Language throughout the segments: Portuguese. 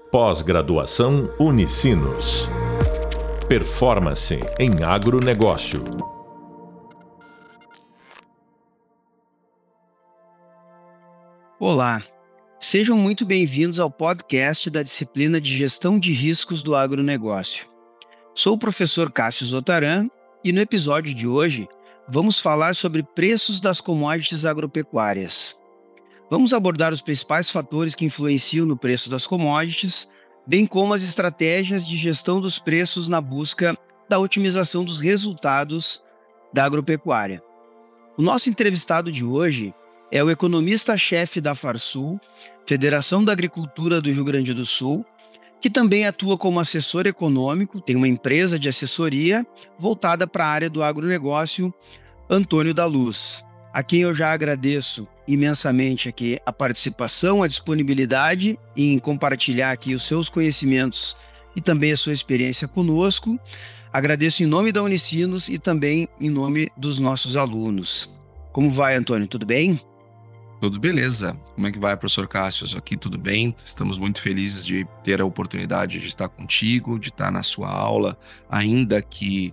Pós-graduação Unicinos. Performance em agronegócio. Olá, sejam muito bem-vindos ao podcast da disciplina de Gestão de Riscos do Agronegócio. Sou o professor Cássio Zotaran e no episódio de hoje vamos falar sobre preços das commodities agropecuárias. Vamos abordar os principais fatores que influenciam no preço das commodities, bem como as estratégias de gestão dos preços na busca da otimização dos resultados da agropecuária. O nosso entrevistado de hoje é o economista-chefe da Farsul, Federação da Agricultura do Rio Grande do Sul, que também atua como assessor econômico, tem uma empresa de assessoria voltada para a área do agronegócio, Antônio da Luz, a quem eu já agradeço imensamente aqui a participação, a disponibilidade em compartilhar aqui os seus conhecimentos e também a sua experiência conosco. Agradeço em nome da Unicinos e também em nome dos nossos alunos. Como vai, Antônio? Tudo bem? Tudo beleza. Como é que vai, professor Cássio? Aqui tudo bem. Estamos muito felizes de ter a oportunidade de estar contigo, de estar na sua aula, ainda que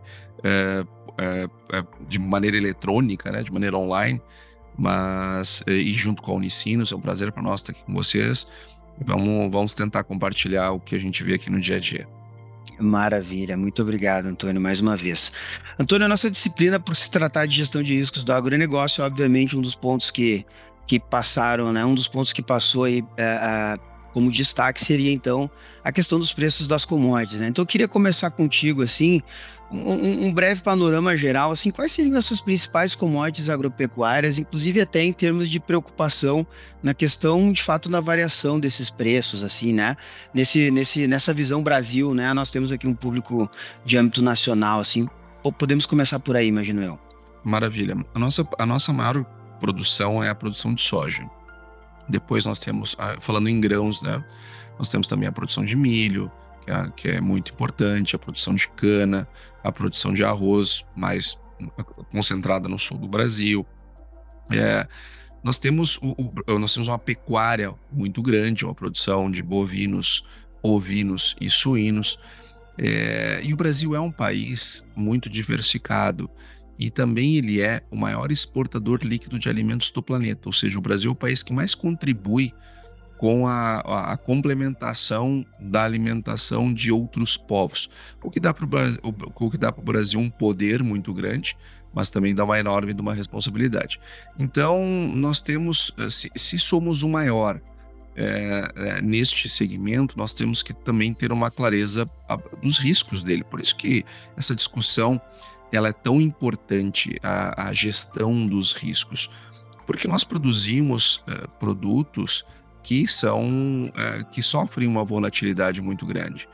de maneira eletrônica, né, de maneira online, mas e junto com a Unicinos. É um prazer para nós estar aqui com vocês. Vamos tentar compartilhar o que a gente vê aqui no dia a dia. Maravilha, muito obrigado, Antônio, mais uma vez. Antônio, a nossa disciplina, por se tratar de gestão de riscos do agronegócio, obviamente um dos pontos que passaram, né, um dos pontos que passou aí como destaque seria, então, a questão dos preços das commodities, né? Então, eu queria começar contigo, assim, um breve panorama geral, assim, quais seriam essas principais commodities agropecuárias, inclusive até em termos de preocupação na questão, de fato, da variação desses preços, assim, né? Nessa visão Brasil, né? Nós temos aqui um público de âmbito nacional, assim, podemos começar por aí, imagino eu. Maravilha. A nossa maior produção é a produção de soja. Depois nós temos, falando em grãos, né? Nós temos também a produção de milho, que é muito importante, a produção de cana, a produção de arroz, mais concentrada no sul do Brasil. Nós temos uma pecuária muito grande, uma produção de bovinos, ovinos e suínos. E o Brasil é um país muito diversificado e também ele é o maior exportador líquido de alimentos do planeta, ou seja, o Brasil é o país que mais contribui com a complementação da alimentação de outros povos, o que dá para o Brasil um poder muito grande, mas também dá uma enorme de uma responsabilidade. Então, nós temos, se somos o maior neste segmento, nós temos que também ter uma clareza dos riscos dele. Por isso que essa discussão ela é tão importante, a gestão dos riscos, porque nós produzimos produtos que sofrem uma volatilidade muito grande,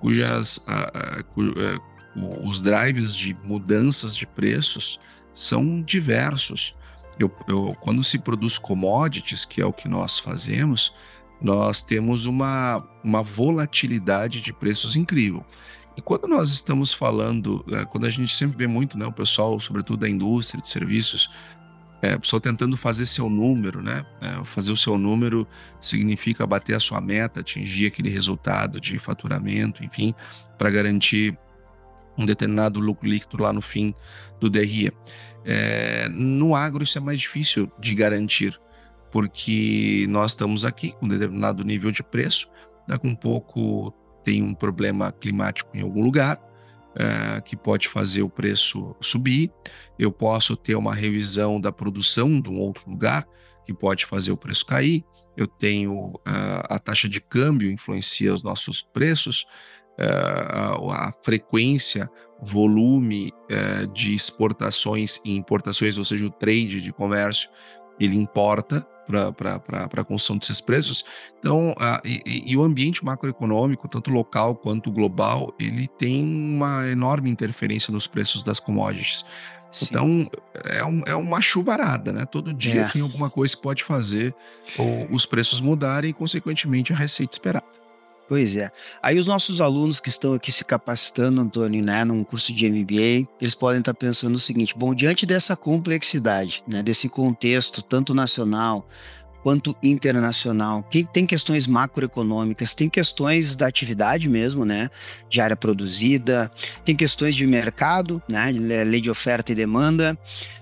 os drives de mudanças de preços são diversos. Quando se produz commodities, que é o que nós fazemos, nós temos uma volatilidade de preços incrível. E quando nós estamos falando, quando a gente sempre vê muito, né, o pessoal, sobretudo da indústria, de serviços, o pessoal tentando fazer seu número, né? Fazer o seu número significa bater a sua meta, atingir aquele resultado de faturamento, enfim, para garantir um determinado lucro líquido lá no fim do DRE. No agro isso é mais difícil de garantir, porque nós estamos aqui com um determinado nível de preço, daqui um pouco tem um problema climático em algum lugar, que pode fazer o preço subir. Eu posso ter uma revisão da produção de um outro lugar, que pode fazer o preço cair. Eu tenho a taxa de câmbio influencia os nossos preços, a frequência, volume de exportações e importações, ou seja, o trade de comércio, ele importa para a construção desses preços. Então, e o ambiente macroeconômico, tanto local quanto global, ele tem uma enorme interferência nos preços das commodities. Sim. Então, é uma chuvarada, né? Todo dia tem alguma coisa que pode fazer os preços mudarem e, consequentemente, a receita esperada. Pois é. Aí os nossos alunos que estão aqui se capacitando, Antônio, né, num curso de MBA, eles podem estar pensando o seguinte: bom, diante dessa complexidade, né, desse contexto tanto nacional quanto internacional. Tem questões macroeconômicas, tem questões da atividade mesmo, né? De área produzida, tem questões de mercado, né? Lei de oferta e demanda.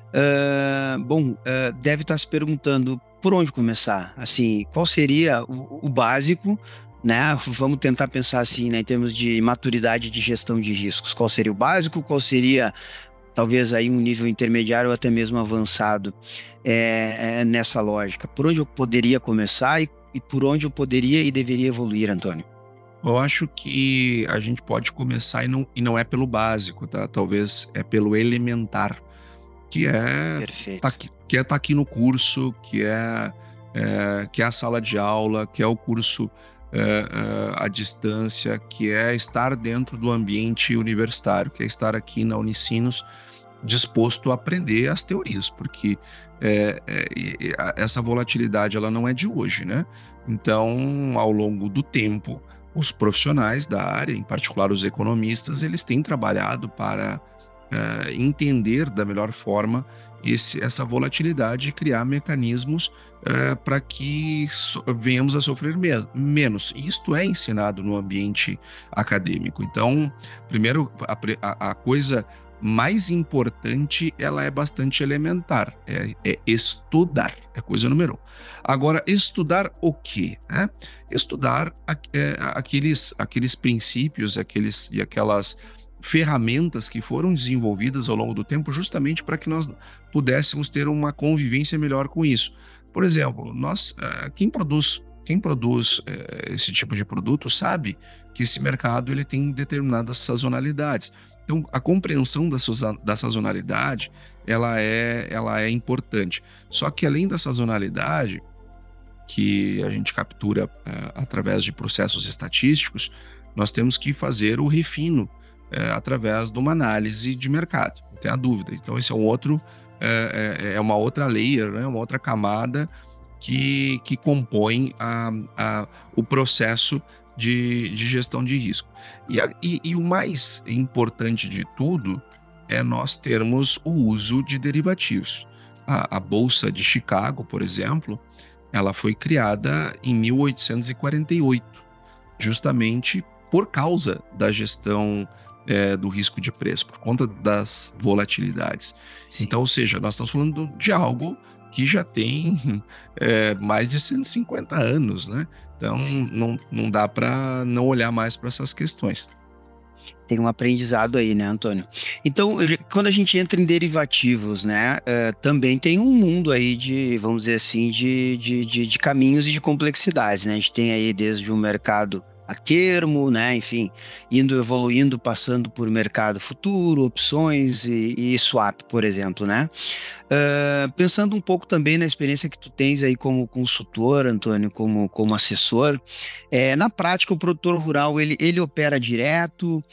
Deve estar se perguntando por onde começar. Assim, qual seria o básico, né? Vamos tentar pensar assim, né, em termos de maturidade de gestão de riscos. Qual seria o básico? Qual seria talvez aí um nível intermediário ou até mesmo avançado nessa lógica? Por onde eu poderia começar e por onde eu poderia e deveria evoluir, Antônio? Eu acho que a gente pode começar e não é pelo básico, tá? Talvez é pelo elementar, que é Perfeito. tá aqui no curso, que é a sala de aula, que é o curso à distância, que é estar dentro do ambiente universitário, que é estar aqui na Unicinos disposto a aprender as teorias, porque essa volatilidade ela não é de hoje, né? Então, ao longo do tempo, os profissionais da área, em particular os economistas, eles têm trabalhado para entender da melhor forma essa volatilidade e criar mecanismos para que venhamos a sofrer menos. E isto é ensinado no ambiente acadêmico. Então, primeiro, a coisa mais importante, ela é bastante elementar, é estudar, é coisa número 1. Agora, estudar o quê? Estudar aqueles princípios e aquelas ferramentas que foram desenvolvidas ao longo do tempo justamente para que nós pudéssemos ter uma convivência melhor com isso. Por exemplo, quem produz esse tipo de produto sabe que esse mercado ele tem determinadas sazonalidades. Então, a compreensão da sazonalidade ela é importante. Só que além da sazonalidade, que a gente captura através de processos estatísticos, nós temos que fazer o refino através de uma análise de mercado, não tem a dúvida. Então, esse é uma outra layer, né? Uma outra camada que compõe o processo de gestão de risco. E o mais importante de tudo é nós termos o uso de derivativos. A Bolsa de Chicago, por exemplo, ela foi criada em 1848, justamente por causa da gestão do risco de preço, por conta das volatilidades. Sim. Então, ou seja, nós estamos falando de algo que já tem mais de 150 anos, né? Então, não dá para não olhar mais para essas questões. Tem um aprendizado aí, né, Antônio? Então, quando a gente entra em derivativos, né, também tem um mundo aí vamos dizer assim, de caminhos e de complexidades, né? A gente tem aí desde um mercado a termo, né, enfim, evoluindo, passando por mercado futuro, opções e swap, por exemplo, né? Pensando um pouco também na experiência que tu tens aí como consultor, Antônio, como assessor, na prática o produtor rural ele opera direto,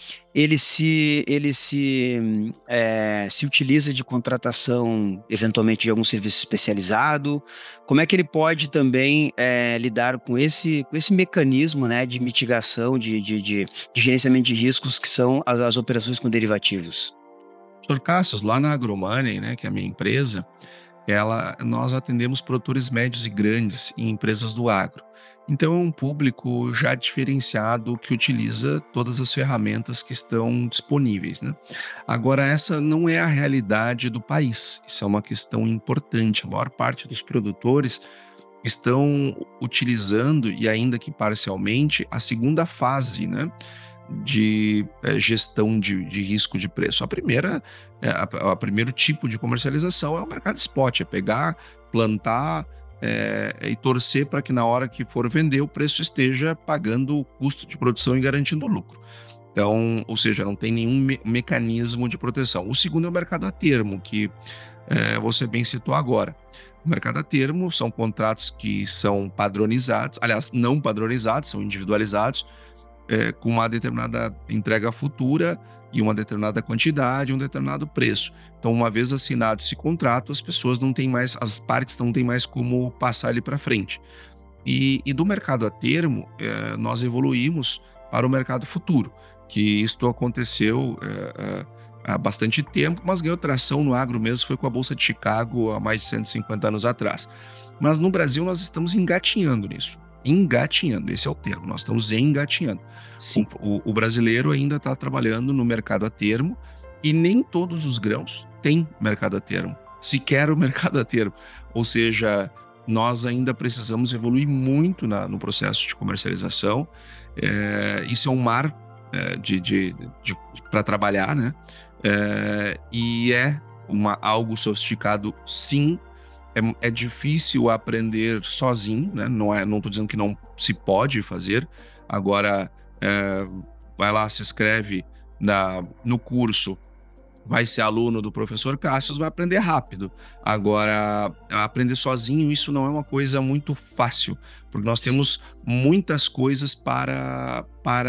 se utiliza de contratação eventualmente de algum serviço especializado. Como é que ele pode também lidar com esse mecanismo, né, de mitigação, de gerenciamento de riscos que são as operações com derivativos? Sr. Cassius, lá na AgroMoney, né, que é a minha empresa, nós atendemos produtores médios e grandes e empresas do agro. Então é um público já diferenciado que utiliza todas as ferramentas que estão disponíveis, né? Agora, essa não é a realidade do país. Isso é uma questão importante. A maior parte dos produtores estão utilizando, e ainda que parcialmente, a segunda fase, né, de gestão de risco de preço. O primeiro tipo de comercialização é o mercado spot, é pegar, plantar e torcer para que na hora que for vender o preço esteja pagando o custo de produção e garantindo o lucro. Então, ou seja, não tem nenhum mecanismo de proteção. O segundo é o mercado a termo, que você bem citou agora. O mercado a termo são contratos que são padronizados, aliás, não padronizados, são individualizados, com uma determinada entrega futura e uma determinada quantidade, um determinado preço. Então, uma vez assinado esse contrato, as partes não têm mais como passar ele para frente. E do mercado a termo, nós evoluímos para o mercado futuro, que isto aconteceu há bastante tempo, mas ganhou tração no agro mesmo, foi com a Bolsa de Chicago há mais de 150 anos atrás. Mas no Brasil nós estamos engatinhando nisso. Engatinhando, esse é o termo, nós estamos engatinhando. O brasileiro ainda está trabalhando no mercado a termo e nem todos os grãos têm mercado a termo, sequer o mercado a termo. Ou seja, nós ainda precisamos evoluir muito no processo de comercialização. Isso é um mar para trabalhar, né? E algo sofisticado, sim. É difícil aprender sozinho, né? Não estou dizendo que não se pode fazer. Agora, vai lá, se inscreve no curso, vai ser aluno do professor Cássio, vai aprender rápido. Agora, aprender sozinho, isso não é uma coisa muito fácil, porque nós temos muitas coisas para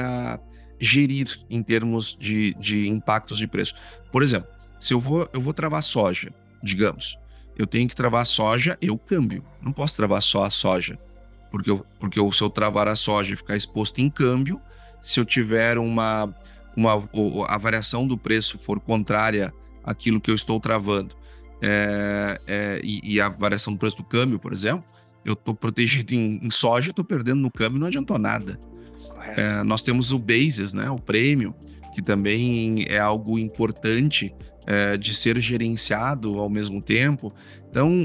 gerir em termos de impactos de preço. Por exemplo, se eu vou travar soja, digamos, eu tenho que travar a soja e o câmbio. Não posso travar só a soja, porque se eu travar a soja e ficar exposto em câmbio, se eu tiver a variação do preço for contrária àquilo que eu estou travando, e a variação do preço do câmbio, por exemplo, eu estou protegido em soja, estou perdendo no câmbio, não adiantou nada. Nós temos o basis, né, o prêmio, que também é algo importante de ser gerenciado ao mesmo tempo. Então,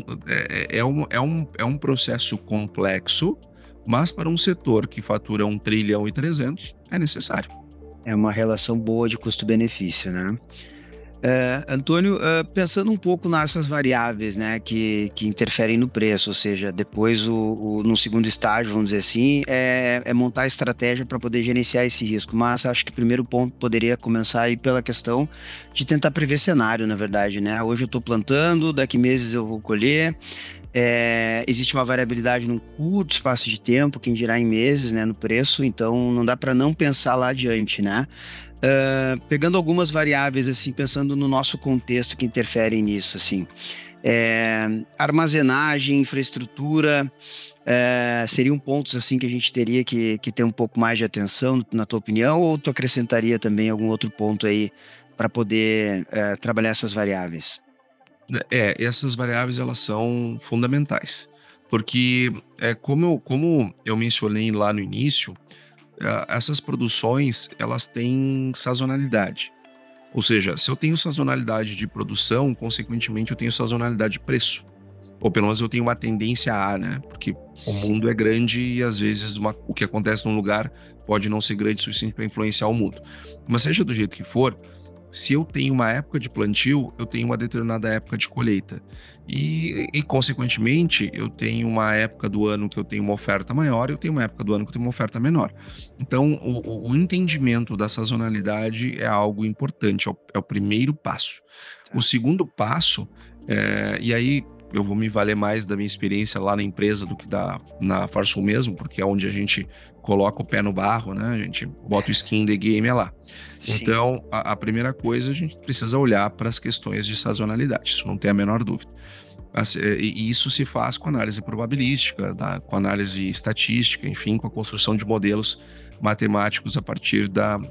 é um processo complexo, mas para um setor que fatura 1,3 trilhão é necessário. É uma relação boa de custo-benefício, né? Antônio, pensando um pouco nessas variáveis, né, que interferem no preço, ou seja, depois no segundo estágio, vamos dizer assim, é montar a estratégia para poder gerenciar esse risco, mas acho que o primeiro ponto poderia começar aí pela questão de tentar prever cenário, na verdade, né? Hoje eu estou plantando, daqui meses eu vou colher. Existe uma variabilidade num curto espaço de tempo, quem dirá em meses, né, no preço, então não dá para não pensar lá adiante, né? Pegando algumas variáveis, assim, pensando no nosso contexto que interferem nisso, assim, armazenagem, infraestrutura, seriam pontos, assim, que a gente teria que ter um pouco mais de atenção, na tua opinião, ou tu acrescentaria também algum outro ponto aí para poder trabalhar essas variáveis? Essas variáveis, elas são fundamentais, porque como eu mencionei lá no início, essas produções, elas têm sazonalidade. Ou seja, se eu tenho sazonalidade de produção, consequentemente eu tenho sazonalidade de preço. Ou pelo menos eu tenho uma tendência a, né? Porque o mundo é grande e às vezes o que acontece num lugar pode não ser grande o suficiente para influenciar o mundo. Mas seja do jeito que for, se eu tenho uma época de plantio, eu tenho uma determinada época de colheita. E consequentemente, eu tenho uma época do ano que eu tenho uma oferta maior e eu tenho uma época do ano que eu tenho uma oferta menor. Então, o entendimento da sazonalidade é algo importante, é o primeiro passo. O segundo passo, e aí eu vou me valer mais da minha experiência lá na empresa do que na Farsul mesmo, porque é onde a gente coloca o pé no barro, né? A gente bota o skin in the game lá. Sim. Então, a primeira coisa, a gente precisa olhar para as questões de sazonalidade, isso não tem a menor dúvida. E isso se faz com análise probabilística, com análise estatística, enfim, com a construção de modelos matemáticos a partir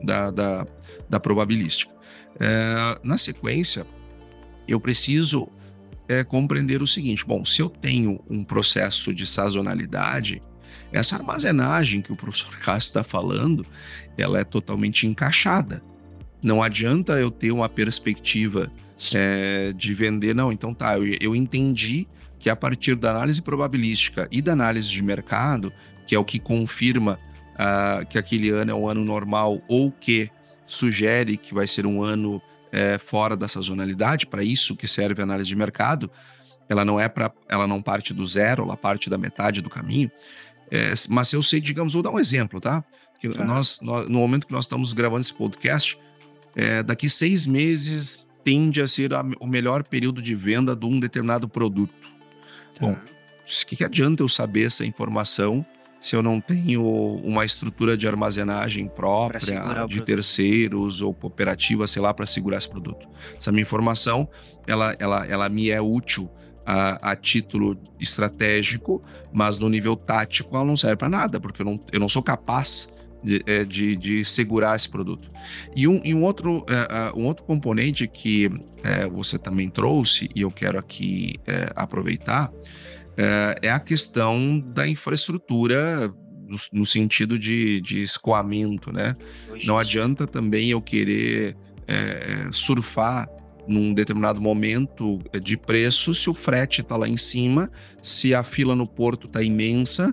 da probabilística. Na sequência, eu preciso compreender o seguinte: bom, se eu tenho um processo de sazonalidade, essa armazenagem que o professor Cássio está falando, ela é totalmente encaixada. Não adianta eu ter uma perspectiva de vender, não. Então tá, eu entendi que a partir da análise probabilística e da análise de mercado, que é o que confirma que aquele ano é um ano normal ou que sugere que vai ser um ano fora da sazonalidade, para isso que serve a análise de mercado, ela não parte do zero, ela parte da metade do caminho. Mas se eu sei, digamos, vou dar um exemplo, tá? Que nós, no momento que nós estamos gravando esse podcast, daqui 6 meses tende a ser o melhor período de venda de um determinado produto. Bom, o que adianta eu saber essa informação se eu não tenho uma estrutura de armazenagem própria, de terceiros ou cooperativa, sei lá, para segurar esse produto? Essa minha informação, ela me é útil a título estratégico, mas no nível tático ela não serve para nada, porque eu não sou capaz de segurar esse produto. E um outro componente que você também trouxe, e eu quero aqui aproveitar, é a questão da infraestrutura no sentido de escoamento, né? Não adianta também eu querer surfar num determinado momento de preço se o frete está lá em cima, se a fila no porto está imensa,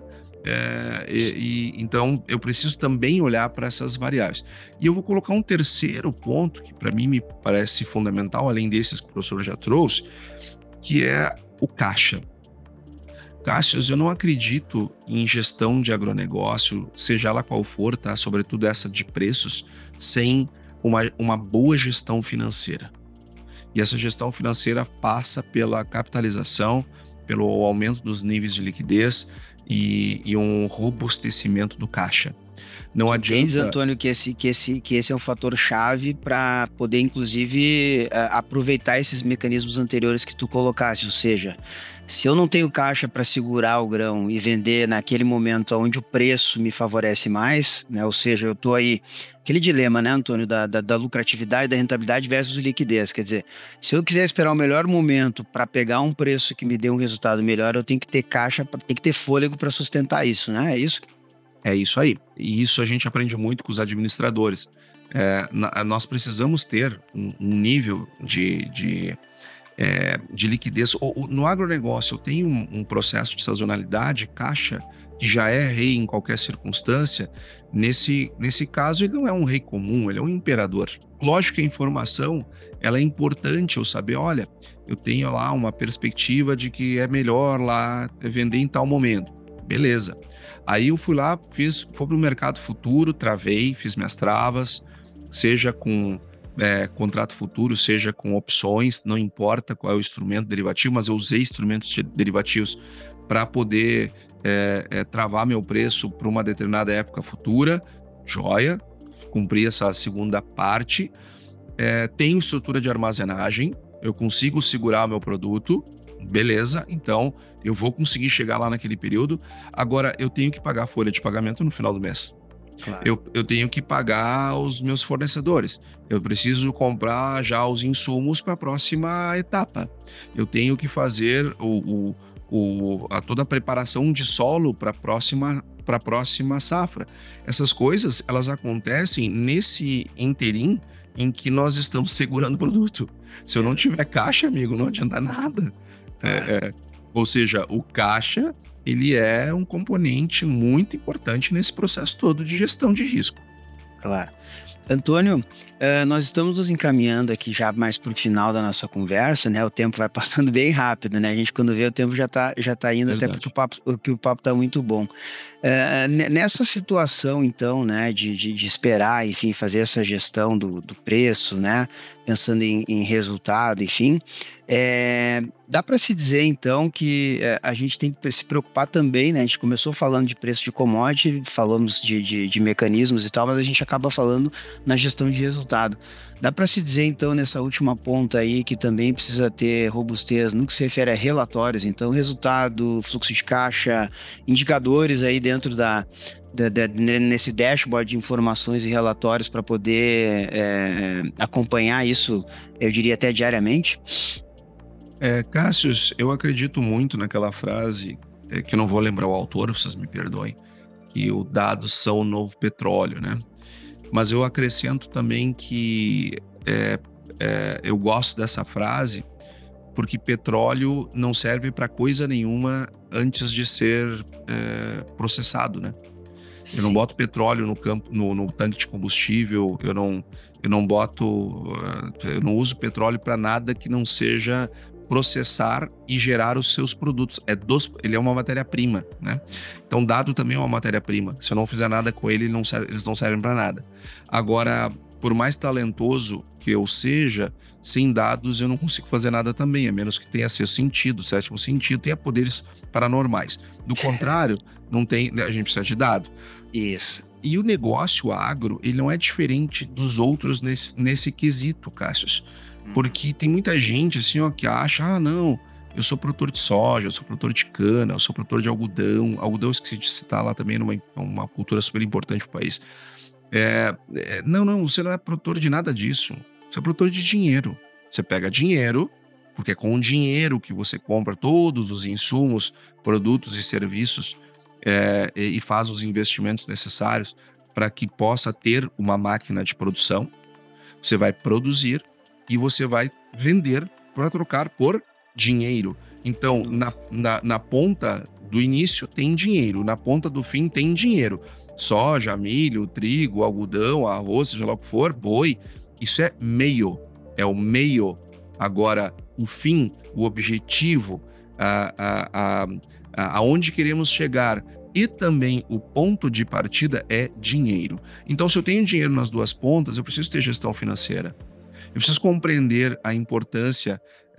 então eu preciso também olhar para essas variáveis. E eu vou colocar um terceiro ponto que para mim me parece fundamental, além desses que o professor já trouxe, que é o caixa. Cássius, eu não acredito em gestão de agronegócio, seja ela qual for, tá? Sobretudo essa de preços, sem uma boa gestão financeira. E essa gestão financeira passa pela capitalização, pelo aumento dos níveis de liquidez e um robustecimento do caixa. Não adianta, Antônio, que esse é um fator chave para poder, inclusive, aproveitar esses mecanismos anteriores que tu colocaste, ou seja, se eu não tenho caixa para segurar o grão e vender naquele momento onde o preço me favorece mais, né? Ou seja, eu estou aí, aquele dilema, né, Antônio, da lucratividade, da rentabilidade versus liquidez, quer dizer, se eu quiser esperar o melhor momento para pegar um preço que me dê um resultado melhor, eu tenho que ter caixa, tem que ter fôlego para sustentar isso, né? É isso? É isso aí. E isso a gente aprende muito com os administradores. Nós precisamos ter um nível de liquidez. No agronegócio, eu tenho um processo de sazonalidade, caixa, que já é rei em qualquer circunstância. Nesse caso, ele não é um rei comum, ele é um imperador. Lógico que a informação ela é importante, eu saber, olha, eu tenho lá uma perspectiva de que é melhor lá vender em tal momento. Beleza. Aí eu fui lá, fui para o mercado futuro, travei, fiz minhas travas, seja com contrato futuro, seja com opções, não importa qual é o instrumento derivativo, mas eu usei instrumentos derivativos para poder travar meu preço para uma determinada época futura, joia, cumpri essa segunda parte, tenho estrutura de armazenagem, eu consigo segurar o meu produto, beleza, então eu vou conseguir chegar lá naquele período. Agora, eu tenho que pagar a folha de pagamento no final do mês. Claro. Eu tenho que pagar os meus fornecedores. Eu preciso comprar já os insumos para a próxima etapa. Eu tenho que fazer toda a preparação de solo para a próxima safra. Essas coisas, elas acontecem nesse interim em que nós estamos segurando o produto. Se eu não tiver caixa, amigo, não adianta nada. Ou seja, o caixa, ele é um componente muito importante nesse processo todo de gestão de risco. Claro. Antônio, nós estamos nos encaminhando aqui já mais para o final da nossa conversa, né? O tempo vai passando bem rápido, né? A gente quando vê o tempo já tá indo. Verdade. Até porque o papo está muito bom. Nessa situação, então, né, de esperar, enfim, fazer essa gestão do preço, né? Pensando em resultado, enfim, dá para se dizer, então, que a gente tem que se preocupar também, né? A gente começou falando de preço de commodity, falamos de mecanismos e tal, mas a gente acaba falando na gestão de resultado. Dá para se dizer, então, nessa última ponta aí, que também precisa ter robustez no que se refere a relatórios, então, resultado, fluxo de caixa, indicadores aí dentro nesse dashboard de informações e relatórios para poder acompanhar isso, eu diria até diariamente? Cássius, eu acredito muito naquela frase, que eu não vou lembrar o autor, vocês me perdoem, que os dados são o novo petróleo, né? Mas eu acrescento também que eu gosto dessa frase porque petróleo não serve para coisa nenhuma antes de ser processado, né? Sim. Eu não boto petróleo no tanque de combustível, eu não uso petróleo para nada que não seja processar e gerar os seus produtos. Ele é uma matéria-prima, né? Então, dado também é uma matéria-prima. Se eu não fizer nada com ele, eles não servem para nada. Agora, por mais talentoso que eu seja, sem dados eu não consigo fazer nada também, a menos que tenha sexto sentido, sétimo sentido, tenha poderes paranormais. Do contrário, não tem, a gente precisa de dado. Isso. E o negócio agro, ele não é diferente dos outros nesse quesito, Cássius. Porque tem muita gente assim, ó, que acha, não, Eu sou produtor de soja, eu sou produtor de cana, eu sou produtor de algodão. Algodão, eu esqueci de citar lá também, uma cultura super importante para o país. Não, você não é produtor de nada disso. Você é produtor de dinheiro. Você pega dinheiro, porque é com o dinheiro que você compra todos os insumos, produtos e serviços e faz os investimentos necessários para que possa ter uma máquina de produção. Você vai produzir e você vai vender para trocar por dinheiro. Então, na ponta do início tem dinheiro, na ponta do fim tem dinheiro. Soja, milho, trigo, algodão, arroz, seja lá o que for, boi, isso é meio, é o meio. Agora, o fim, o objetivo, aonde queremos chegar e também o ponto de partida é dinheiro. Então, se eu tenho dinheiro nas duas pontas, eu preciso ter gestão financeira. Eu preciso compreender a importância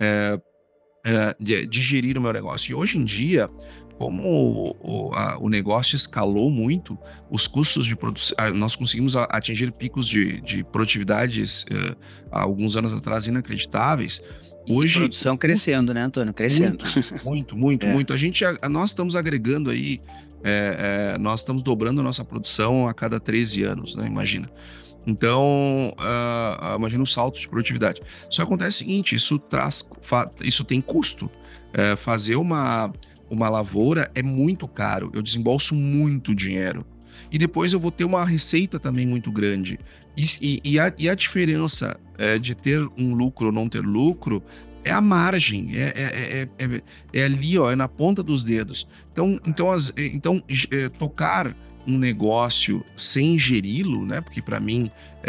de gerir o meu negócio. E hoje em dia, como o negócio escalou muito, os custos de produção, nós conseguimos atingir picos de produtividades há alguns anos atrás inacreditáveis. Hoje, produção crescendo, né, Antônio? Crescendo. Muito. Nós estamos agregando aí, nós estamos dobrando a nossa produção a cada 13 anos, né? Imagina. Então, imagina um salto de produtividade. Só acontece o seguinte, isso tem custo. Fazer uma lavoura é muito caro, eu desembolso muito dinheiro. E depois eu vou ter uma receita também muito grande. E a diferença de ter um lucro ou não ter lucro é a margem, é ali, ó, é na ponta dos dedos. Então tocar um negócio sem geri-lo, né? Porque para mim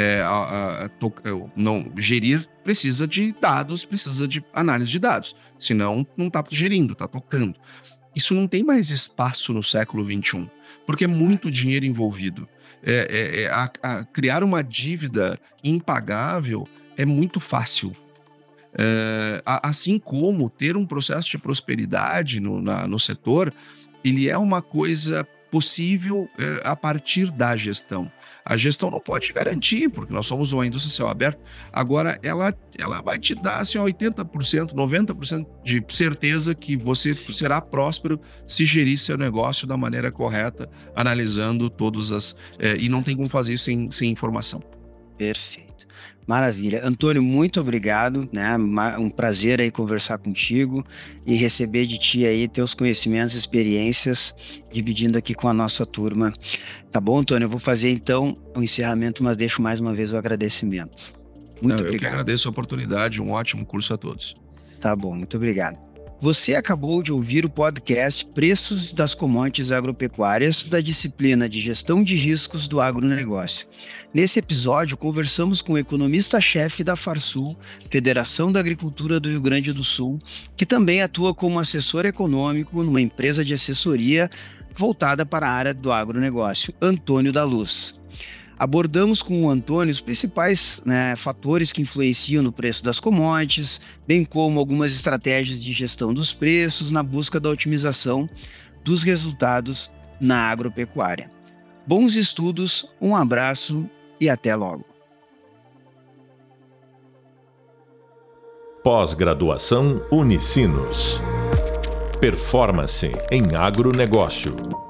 gerir precisa de dados, precisa de análise de dados, senão não está gerindo, está tocando. Isso não tem mais espaço no século XXI, porque é muito dinheiro envolvido. Criar uma dívida impagável é muito fácil. Assim como ter um processo de prosperidade no setor, ele é uma coisa possível a partir da gestão. A gestão não pode garantir, porque nós somos uma indústria céu aberto. Agora, ela vai te dar assim, 80%, 90% de certeza que você será próspero se gerir seu negócio da maneira correta, analisando todas as... e não tem como fazer isso sem informação. Perfeito. Maravilha. Antônio, muito obrigado, né? Um prazer aí conversar contigo e receber de ti aí teus conhecimentos e experiências, dividindo aqui com a nossa turma. Tá bom, Antônio? Eu vou fazer então o encerramento, mas deixo mais uma vez o agradecimento. Muito obrigado. Eu que agradeço a oportunidade, um ótimo curso a todos. Tá bom, muito obrigado. Você acabou de ouvir o podcast Preços das Commodities Agropecuárias da disciplina de Gestão de Riscos do Agronegócio. Nesse episódio, conversamos com o economista-chefe da Farsul, Federação da Agricultura do Rio Grande do Sul, que também atua como assessor econômico numa empresa de assessoria voltada para a área do agronegócio, Antônio da Luz. Abordamos com o Antônio os principais fatores que influenciam no preço das commodities, bem como algumas estratégias de gestão dos preços na busca da otimização dos resultados na agropecuária. Bons estudos, um abraço e até logo. Pós-graduação Unicinos. Performance em agronegócio.